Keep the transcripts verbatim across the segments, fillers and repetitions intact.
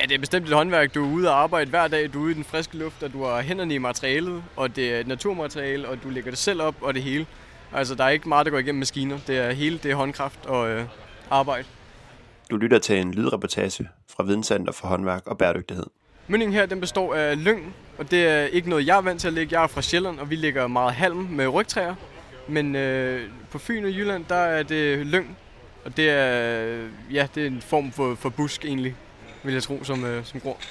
Ja, det er bestemt et håndværk. Du er ude og arbejde hver dag, du er ude i den friske luft, og du har hænderne i materialet, og det er et naturmateriale, og du lægger det selv op, og det hele. Altså, der er ikke meget, der går igennem maskiner. Det er hele det er håndkraft og øh, arbejde. Du lytter til en lydreportage fra Videnscenter for Håndværk og Bæredygtighed. Mønningen her, den består af lyng, og det er ikke noget, jeg er vant til at lægge. Jeg er fra Sjælland, og vi lægger meget halm med rygtræer. Men øh, på Fyn og Jylland, der er det lyng, og det er, ja, det er en form for, for busk egentlig, vil jeg tro, som, øh, som gror.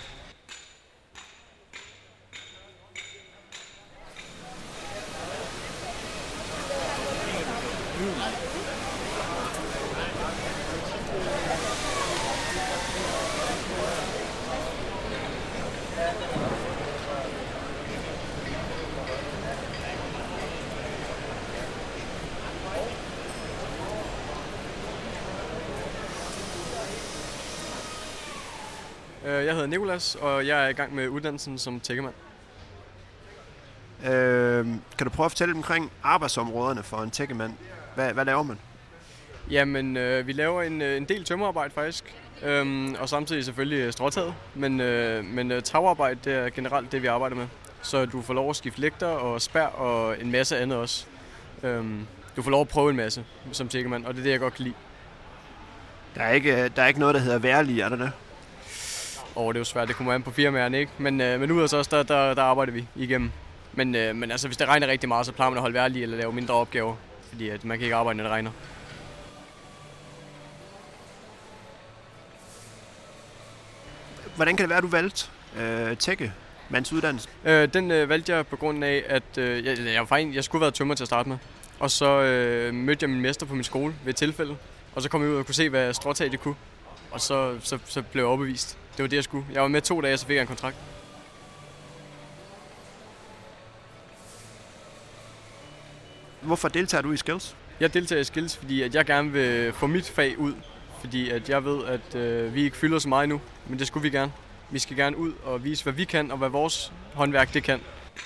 Jeg hedder Nicolas, og jeg er i gang med uddannelsen som tækkemand. Øh, kan du prøve at fortælle omkring arbejdsområderne for en tækkemand? Hvad, hvad laver man? Jamen, øh, vi laver en, en del tømmerarbejde faktisk, øhm, og samtidig selvfølgelig stråtaget. Men, øh, men tagarbejde, det er generelt det, vi arbejder med. Så du får lov at skifte lægter og spær og en masse andet også. Øhm, du får lov at prøve en masse som tækkemand, og det er det, jeg godt kan lide. Der er ikke, der er ikke noget, der hedder værlig, er der det? Og det er jo svært, det kommer an på firmaerne, ikke? Men, øh, men ud af os, der, der, der arbejder vi igennem. Men, øh, men altså, hvis det regner rigtig meget, så plejer man at holde værlig eller lave mindre opgaver. Fordi at man kan ikke arbejde, når det regner. Hvordan kan det være, at du valgte øh, tækkemands uddannelse? Øh, den øh, valgte jeg på grund af, at øh, jeg, jeg, var faktisk, jeg skulle have været tømrer til at starte med. Og så øh, mødte jeg min mester på min skole ved et tilfælde. Og så kom jeg ud og kunne se, hvad stråtag det kunne. Og så, så, så blev jeg overbevist. Det var det, jeg skulle. Jeg var med to dage, så fik jeg en kontrakt. Hvorfor deltager du i Skills? Jeg deltager i Skills, fordi at jeg gerne vil få mit fag ud. Fordi at jeg ved, at øh, vi ikke fylder så meget nu, men det skulle vi gerne. Vi skal gerne ud og vise, hvad vi kan, og hvad vores håndværk det kan.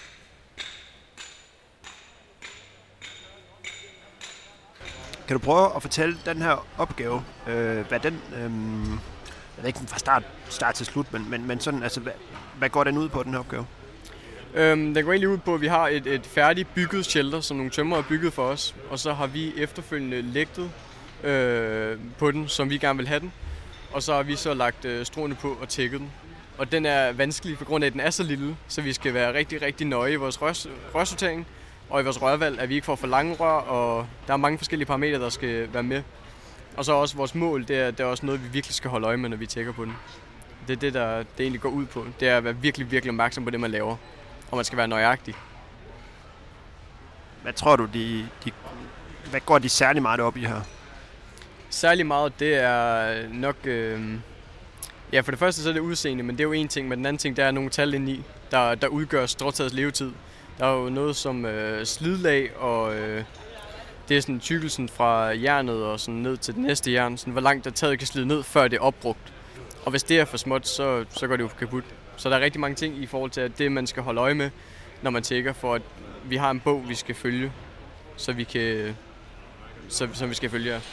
Kan du prøve at fortælle den her opgave, øh, hvad den, øh, jeg ved ikke fra start, start til slut, men, men, men sådan, altså, hvad, hvad går den ud på, den her opgave? Øhm, den går egentlig ud på, at vi har et, et færdigt bygget shelter, som nogle tømrer har bygget for os, og så har vi efterfølgende lægtet øh, på den, som vi gerne vil have den, og så har vi så lagt øh, stråene på og tækket den. Og den er vanskelig, på grund af, at den er så lille, så vi skal være rigtig, rigtig nøje i vores rør, rørsortering. Og i vores rørvalg, at vi ikke får for lange rør, og der er mange forskellige parametre, der skal være med. Og så også vores mål, det er, det er også noget, vi virkelig skal holde øje med, når vi tjekker på den. Det er det, der det egentlig går ud på. Det er at være virkelig, virkelig opmærksom på det, man laver. Og man skal være nøjagtig. Hvad tror du, de, de, hvad går de særlig meget op i her? Særlig meget, det er nok... Øh, ja, for det første så er det udseende, men det er jo en ting. Men den anden ting, der er nogle tal indeni, der, der udgør stråtagets levetid. Der er jo noget som øh, slidlag, og øh, det er sådan tykkelsen fra jernet og sådan ned til det næste jern. Sådan, hvor langt der taget kan slide ned, før det er opbrugt. Og hvis det er for småt, så, så går det jo kaput. Så der er rigtig mange ting i forhold til at det, man skal holde øje med, når man tjekker, for at vi har en bog, vi skal følge, så vi kan, så, så vi skal følge her.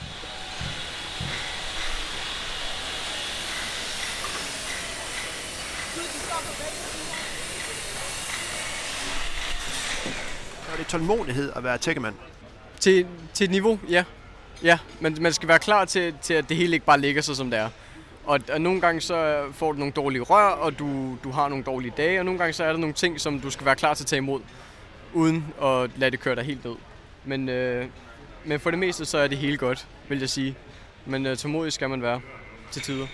Er det tålmodighed at være tækkemand? Til, til et niveau, ja. Ja, men man skal være klar til, til, at det hele ikke bare ligger så, som det er. Og, og nogle gange så får du nogle dårlige rør, og du, du har nogle dårlige dage, og nogle gange så er der nogle ting, som du skal være klar til at tage imod, uden at lade det køre dig helt ned. Men, øh, men for det meste så er det hele godt, vil jeg sige. Men øh, tålmodig skal man være til tider.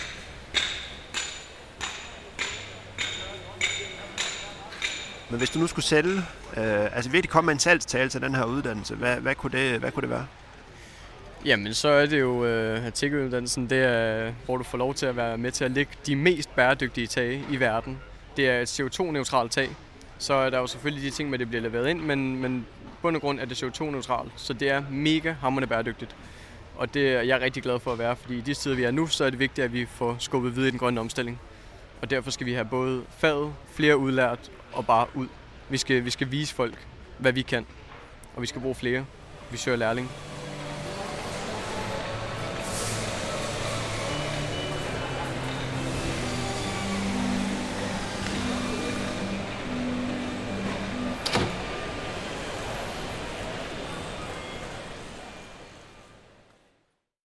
Men hvis du nu skulle sælge, øh, altså virkelig komme med en salgstale til den her uddannelse, hvad, hvad, kunne, det, hvad kunne det være? Jamen, så er det jo øh, tækkeuddannelsen, det er, hvor du får lov til at være med til at lægge de mest bæredygtige tage i verden. Det er et C O to neutralt tag, så er der jo selvfølgelig de ting med, at det bliver leveret ind, men, men bund og grund er det C O to neutralt, så det er mega hamrende bæredygtigt. Og det er jeg rigtig glad for at være, fordi i de steder, vi er nu, så er det vigtigt, at vi får skubbet videre i den grønne omstilling. Og derfor skal vi have både faget, flere udlært og bare ud. Vi skal, vi skal vise folk, hvad vi kan, og vi skal bruge flere. Vi søger lærling.